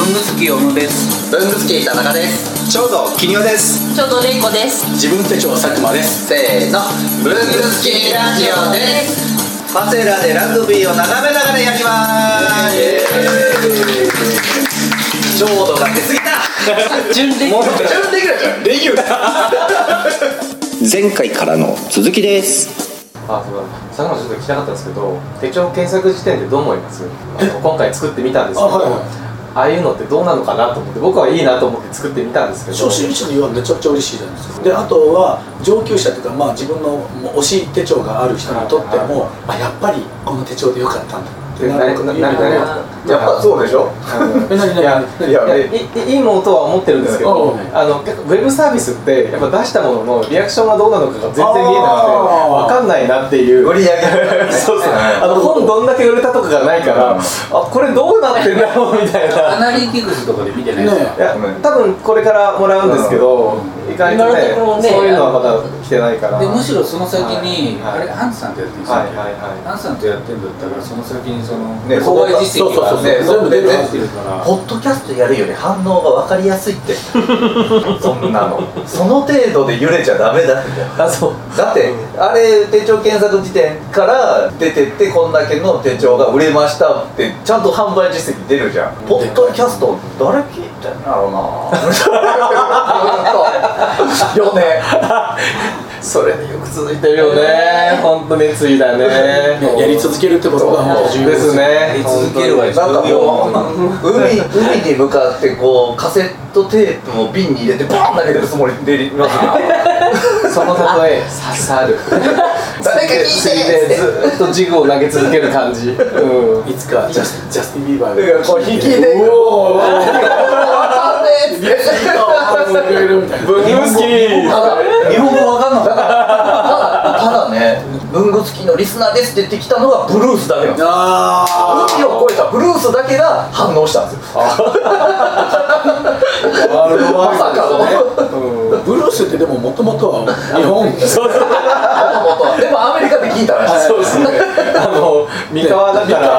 文具好き小野です。 文具好き田中です。 ちょうど金代です。 ちょうどれいこです。 自分手帳佐久間です。 せーの、文具好きラジオです。 パセラでラグビーを眺めながらやります。 ちょうどが出過ぎた。 準レギュもう準レギュラーじゃん。 レギュラー前回からの続きです。 そうだ、佐久間ちょっと聞きたかったんですけど、手帳検索時点でどう思います？今回作ってみたんですけど、ああいうのってどうなのかなと思って、僕はいいなと思って作ってみたんですけど、 初心者にはめちゃくちゃ嬉しいじゃないですか。で、あとは上級者というか、自分の推し手帳がある人にとっても、やっぱりこの手帳でよかったんだってなる。 やっぱそうでしょ。 いいものとは思ってるんですけど、ウェブサービスってやっぱ出したもののリアクションがどうなのかが全然見えなくて分かんないなっていう。 売り上げそうそう、本どんだけ売れたとかがないから、これどうなってんだろうみたいな。 アナリティクスとかで見てないですか？ いや、多分これからもらうんですけど、意外とね、そういうのはまだ来てないから。 でむしろその先に、あれハンズさんとやってるんですよ。ハンズさんとやってるんだったらその先にその購買実績が全部出てるから、 ポッドキャストやるより反応が分かりやすいってそんなのその程度で揺れちゃダメだって。だってあれ手帳検索時点から出てってこんだけの手帳が売れましたってちゃんと販売実績出るじゃん。ポッドキャスト誰聞いてんだろうなよね。 それでよく続いてるよね。本当熱意だね。 やり続けるってことが本当重要ですね。 やり続けるはなんかもう海に向かってこうカセットテープを瓶に入れてバーン投げてるつもりでいますね。 その例え刺さる。 誰か聞いてずっとジグを投げ続ける感じ。 いつかジャスティン・ビーバーがこう引きで文具好き。 日本語わかんなかった。ただね、文具好きのリスナーですって言ってきたのがブルースだけなんですよ。海を越えたブルースだけが反応したんですよ。まさかの。 ブルースってでももともとは日本でもアメリカで聞いたらしい。 そうですね。三河だから。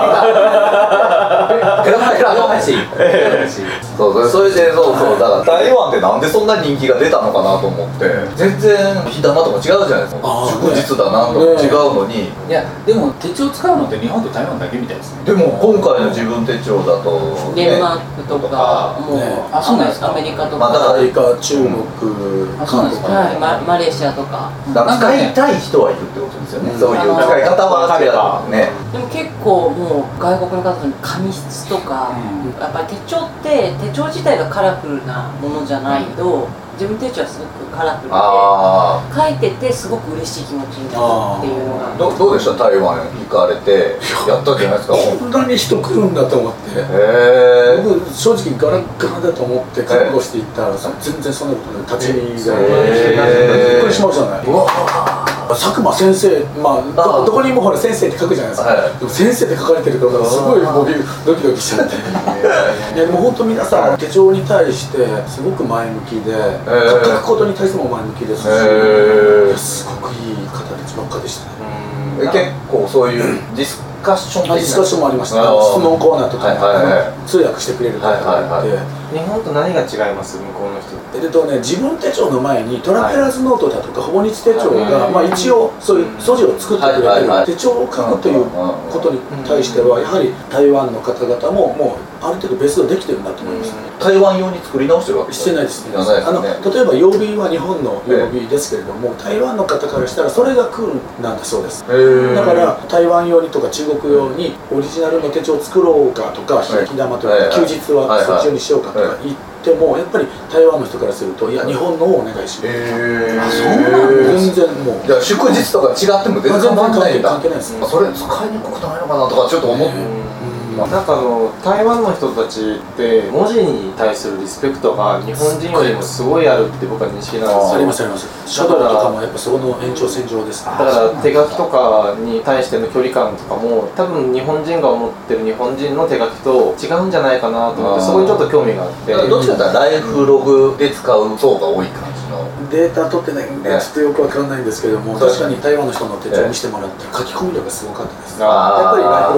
そうそれでだから台湾ってなんでそんな人気が出たのかなと思って、全然火玉とか違うじゃないですか。祝日だなんとか違うのに。 いやでも手帳使うのって日本と台湾だけみたいですね。 でも今回の自分手帳だとデンマークとかもうそうなんですか。 アメリカとか、 アメリカ、中国、韓国、 マレーシアとか。 使いたい人はいるってことですよね。そういう使い方は違うね。 でも結構もう外国の方に紙質とか、やっぱり手帳って手帳自体がカラフルなものじゃないと、自分手帳はすごくカラフルで書いててすごく嬉しい気持ちになるっていうのが。 どうでした？台湾行かれてやったんじゃないですか。 こんなに人来るんだと思って、僕正直ガラッガラだと思って覚悟していったら全然そんなことない。立ち見がびっくりしましたね。佐久間先生、どこにもほら先生って書くじゃないですか。でも先生って書かれてるとすごいドキドキしちゃって。いやでも本当皆さん手帳に対してすごく前向きで、書くことに対しても前向きですし、すごくいい方たちばっかでしたね。 結構そういうディスカッション的なディスカッションもありました。質問コーナーとか通訳してくれる方がいて。 日本と何が違います？向こうの人。 自分手帳の前にトラベラーズノートだとかほぼ日手帳が一応そういう素地を作ってくれてる手帳を書くということに対してはやはり台湾の方々ももうある程度ベースができてるんだと思います。 台湾用に作り直してるわけしてないですね。例えば曜日は日本の曜日ですけれども、台湾の方からしたらそれがクールなんだそうです。だから台湾用にとか中国用にオリジナルの手帳を作ろうかとか、引き玉とか休日はそっち用にしようかとか言ってもやっぱり台湾の人からするといや日本のをお願いします。そうなんです。全然もう祝日とか違っても全然関係ないです。それ使いにくくないのかなとかちょっと思って。 なんか台湾の人たちって文字に対するリスペクトが日本人よりもすごいあるって僕は認識なんですよ。 ありますあります。書道とかもやっぱそこの延長線上です。 だから手書きとかに対しての距離感とかも多分日本人が思ってる日本人の手書きと違うんじゃないかなと思って、そこにちょっと興味があって。 どっちかというとライフログで使う層が多い感じの。 データ取ってないんでちょっとよくわかんないんですけども、確かに台湾の人の手帳を見せてもらって書き込み量がすごかったです。やっぱりライフログ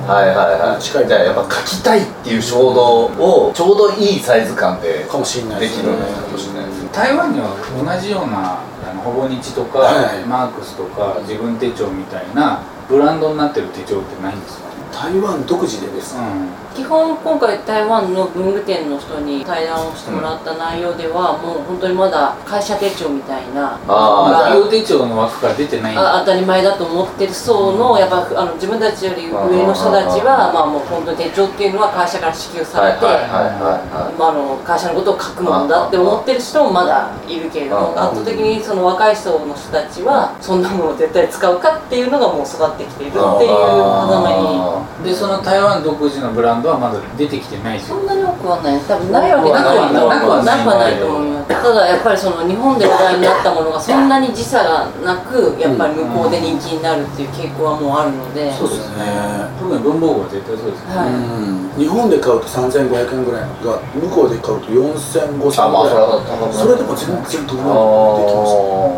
はいはいはい。近い。じゃあやっぱ描きたいっていう衝動をちょうどいいサイズ感でかもしれないできるのかもしれない。 台湾には同じようなほぼ日とか、マークスとか自分手帳みたいなブランドになってる手帳ってないんですか？ 台湾独自でですね、 基本今回台湾の文具店の人に対談をしてもらった内容では、もう本当にまだ会社手帳みたいな企業手帳の枠から出てないんだ。 当たり前だと思ってる層のやっぱ自分たちより上の人たちはまあもう本当に手帳っていうのは会社から支給されて会社のことを書くものだって思ってる人もまだいるけれども、圧倒的にその若い層の人たちはそんなものを絶対使うかっていうのがもう育ってきているっていう狭間に。 でその台湾独自のブランドはまだ出てきてないし、 そんなに多くはない、多分ないわけなくはないと思います。ただやっぱりその日本で話題になったものがそんなに時差がなくやっぱり向こうで人気になるっていう傾向はもうあるので、 そうですね。 特に文房具は絶対そうですね。 日本で買うと3500円ぐらいのが向こうで買うと4000、5000ぐらい。それでも全然得できます。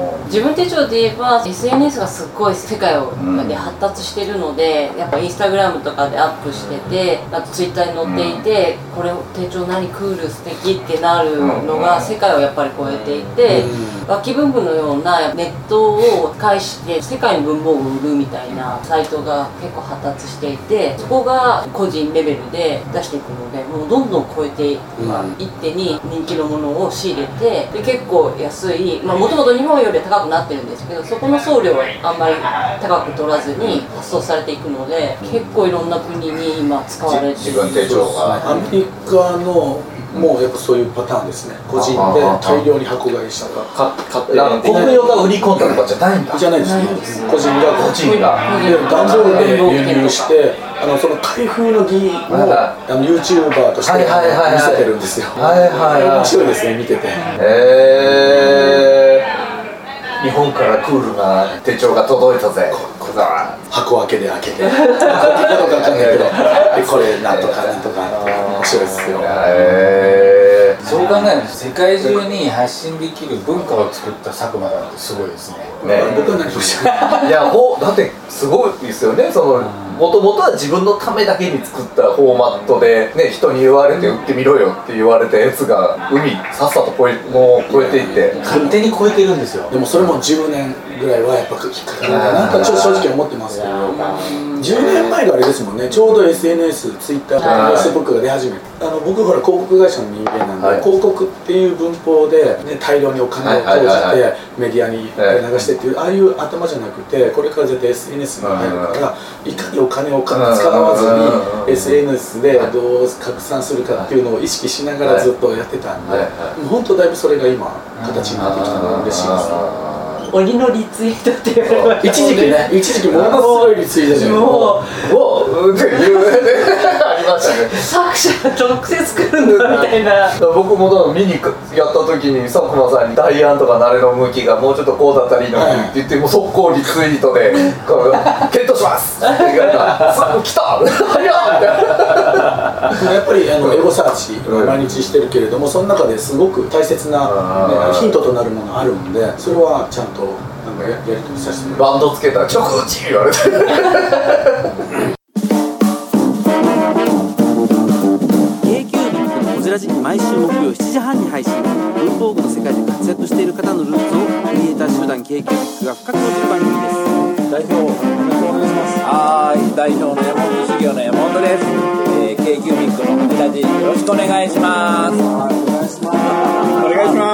自分手帳で言えば SNS がすっごい世界で発達してるので、やっぱインスタグラムとかでアップしてて、あとツイッターに載っていて、これ手帳何クール素敵ってなるのが世界をやっぱり超えていて、脇文具のようなネットを介して世界に文房具を売るみたいなサイトが結構発達していて、そこが個人レベルで出していくので、もうどんどん超えて一手に人気のものを仕入れて、で結構安い、もともと日本よりは高くなってるんですけど、そこの送料はあんまり高く取らずに発送されていくので、結構いろんな国に今使われてる。 自分手帳がアメリカのもうやっぱそういうパターンですね。個人で大量に箱買いしたか国用が売り込んだとかじゃないんだ。 じゃないですね。個人が段ボールで輸入して、その開封の儀をYouTuber として見せてるんですよ。面白いですね、見てて。 日本からクールな手帳が届いたぜ。 箱開けで開けて開けたのか分かんないけど、これなんとかなんとか面白いですよ。 そう考えると世界中に発信できる文化を作った佐久間さんってすごいですね。 僕は何も知らない。 いやだってすごいですよね。もともとは自分のためだけに作ったフォーマットで、ね、人に言われて売ってみろよって言われたやつが海さっさと超えていって勝手に超えてるんですよ。 でもそれも10年ぐらいはやっぱ引っかかるなんかちょっと正直思ってますけど、10年前があれですもんね。ちょうど SNS、Twitter、Facebook が出始めて、僕ほら広告会社の人間なんで、広告っていう文法で、ね、大量にお金を投じてメディアに流してっていう、ああいう頭じゃなくて、これから絶対 SNS に入るから、いかにお金を使わずに SNS でどう拡散するかっていうのを意識しながらずっとやってたんで、本当だいぶそれが今形になってきたのが嬉しいです。 鬼のリツイートって言われました。 一時期ものすごいリツイートじゃない。 っていうありましたね。 作者が直接来るんだみたいな。 僕も見にやった時に佐久間さんにダイアンとかナレの向きがもうちょっとこうだったらいいのにって言って、もう速攻リツイートで検討しますって言われたら来た早っみたいな。 やっぱりエゴサーチ毎日してるけれども、その中ですごく大切な、ヒントとなるものあるんで、それはちゃんとなんかやり取りさせてもらう。 バンドつけたら直打ち言われてこちら毎週木曜7時半に配信。文房具の世界で活躍している方のルーツをクリエイター集団 K-Cubic が深く落ちる番組です。 代表お願いします。 代表の山本修行の山本です。K-Cubic のホジラジよろしくお願いします。お願いします。お願いします。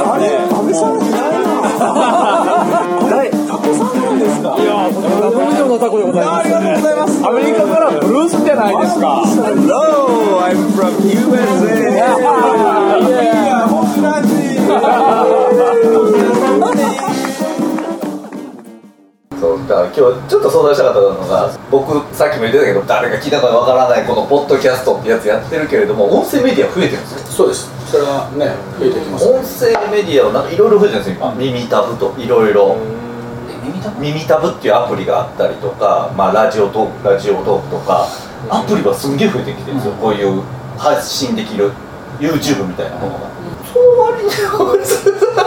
あれ安倍さんいないな。タコさんなんですか。いやタコ以上のタコでございます。ありがとうございます。アメリカからブルースじゃないですか。Hello, I'm from USA. Yeah, ホジラジ。 そうだから今日ちょっと相談したかったのが、僕さっきも言ってたけど誰が聞いたかわからないこのポッドキャストってやつやってるけれども、音声メディア増えてるんですよ。 そうです。それはね増えてきます。 音声メディアをなんかいろいろ増えてるんですよ今。耳タブといろいろ。耳タブっていうアプリがあったりとか、ラジオトークとかアプリがすんげえ増えてきてるんですよ。こういう発信できる YouTube みたいなものが。その割に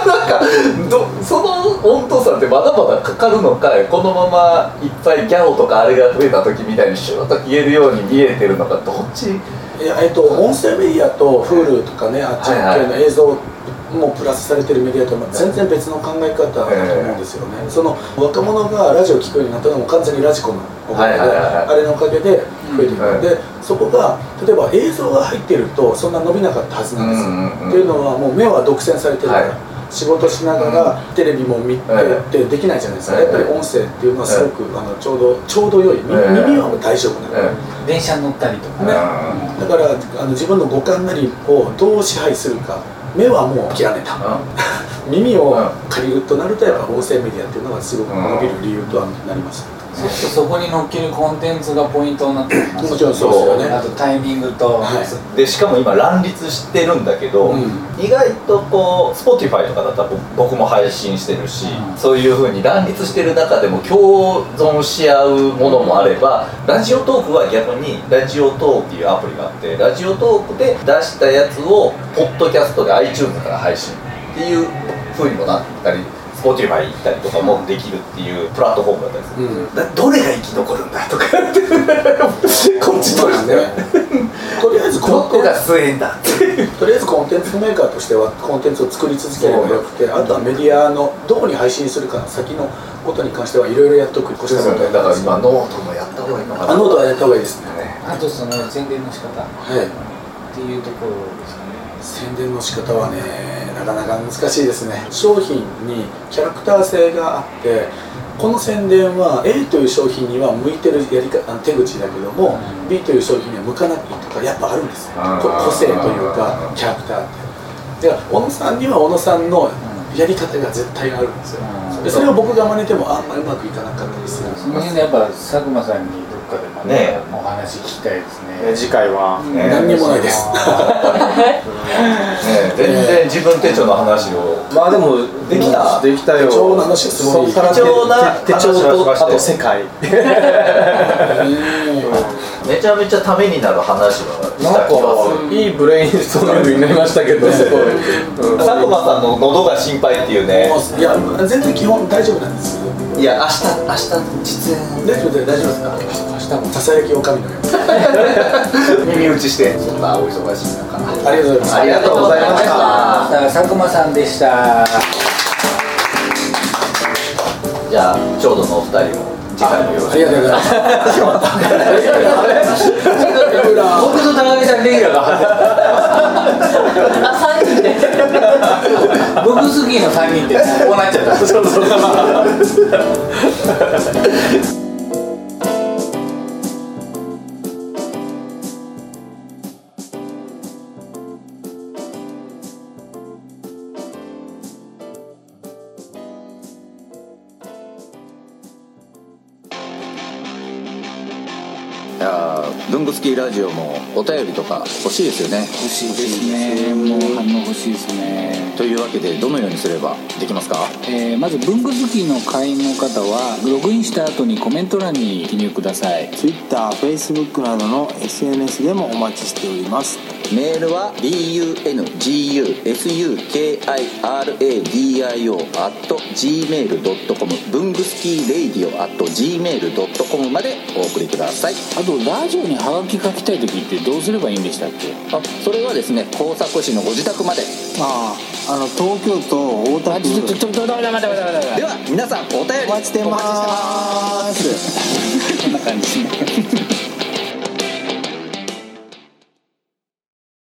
なんかその温度差ってまだまだかかるのか、このままいっぱいギャオとかあれが増えた時みたいにシューッと消えるように見えてるのか、どっち？ 音声メディアと Hulu とかね、あっち系の映像もプラスされてるメディアと全然別の考え方だと思うんですよね。その若者がラジオを聞くようになったのも完全にラジコのおかげで、あれのおかげで増えてくるので、そこが例えば映像が入ってるとそんな伸びなかったはずなんですよ。っていうのはもう目は独占されてるから、仕事しながらテレビも見てってできないじゃないですか。やっぱり音声っていうのはすごくちょうど良い、耳は大丈夫なの。 電車乗ったりとかね。 だから自分の五感なりをどう支配するか。目はもう諦めた、耳を借りるとなるとやっぱ音声メディアっていうのがすごく伸びる理由とはなります。 そこに乗っけるコンテンツがポイントになってきます。 もちろんそうですよね。 あとタイミングと、 でしかも今乱立してるんだけど、意外とこう Spotify とかだったら僕も配信してるし、そういう風に乱立してる中でも共存し合うものもあれば、ラジオトークは逆にラジオトークっていうアプリがあって、ラジオトークで出したやつをポッドキャストで iTunes から配信っていう風にもなったり、Spotify 行ったりとかもできるっていうプラットフォームだったりする、どれが生き残るんだとかってこっちとしてはとりあえずどこが吸えんだってとりあえずコンテンツメーカーとしてはコンテンツを作り続ければよくて、あとはメディアのどこに配信するかの先のことに関してはいろいいろやっとく。 だから今ノートもやった方がいいのかな。 ノートはやった方がいいですね。 あとその宣伝の仕方っていうところですかね。 宣伝の仕方はね、なかなか難しいですね。商品にキャラクター性があって、この宣伝は A という商品には向いてるやり方手口だけども、B という商品には向かなくていいとかやっぱあるんですよ。個性というかキャラクターって。で小野さんには小野さんのやり方が絶対あるんですよ。でそれを僕が真似てもあんまりうまくいかなかったりする。 その辺でやっぱ佐久間さんにどっかでまねお話聞きたいですね。 次回は何にもないです。 全然自分手帳の話を。 まあでもできたよ。 手帳の話すごい。 貴重な手帳とあと世界。 めちゃめちゃためになる話はなんかいいブレインストーミングになりましたけど、すごい。 佐久間さんの喉が心配っていうね。 いや全然基本大丈夫なんです。 いや明日実演大丈夫ですか。明日もささやきおかみのように耳打ちしてそんなお忙しい中ありがとうございます。 ありがとうございました。 佐久間さんでした。 じゃあちょうどのお二人も次回もよろしく。 ありがとうございます。 僕と高木さんレギュラーが 3人で僕好きの3人でこうなっちゃった。 文具好きラジオもお便りとか欲しいですよね。 欲しいですね。もう反応欲しいですね。 というわけでどのようにすればできますか？ まず文具好きの会員の方はログインした後にコメント欄に記入ください。 Twitter、Facebook などの SNS でもお待ちしております。 メールは bungusukiradio@gmail.com 文具スキーレイディオ@gmail.com までお送りください。 あとラジオにハガキ書きたい時ってどうすればいいんでしたっけ？ それはですね、工作士のご自宅まで。 東京都大田区。 では皆さんお便りお待ちしてます。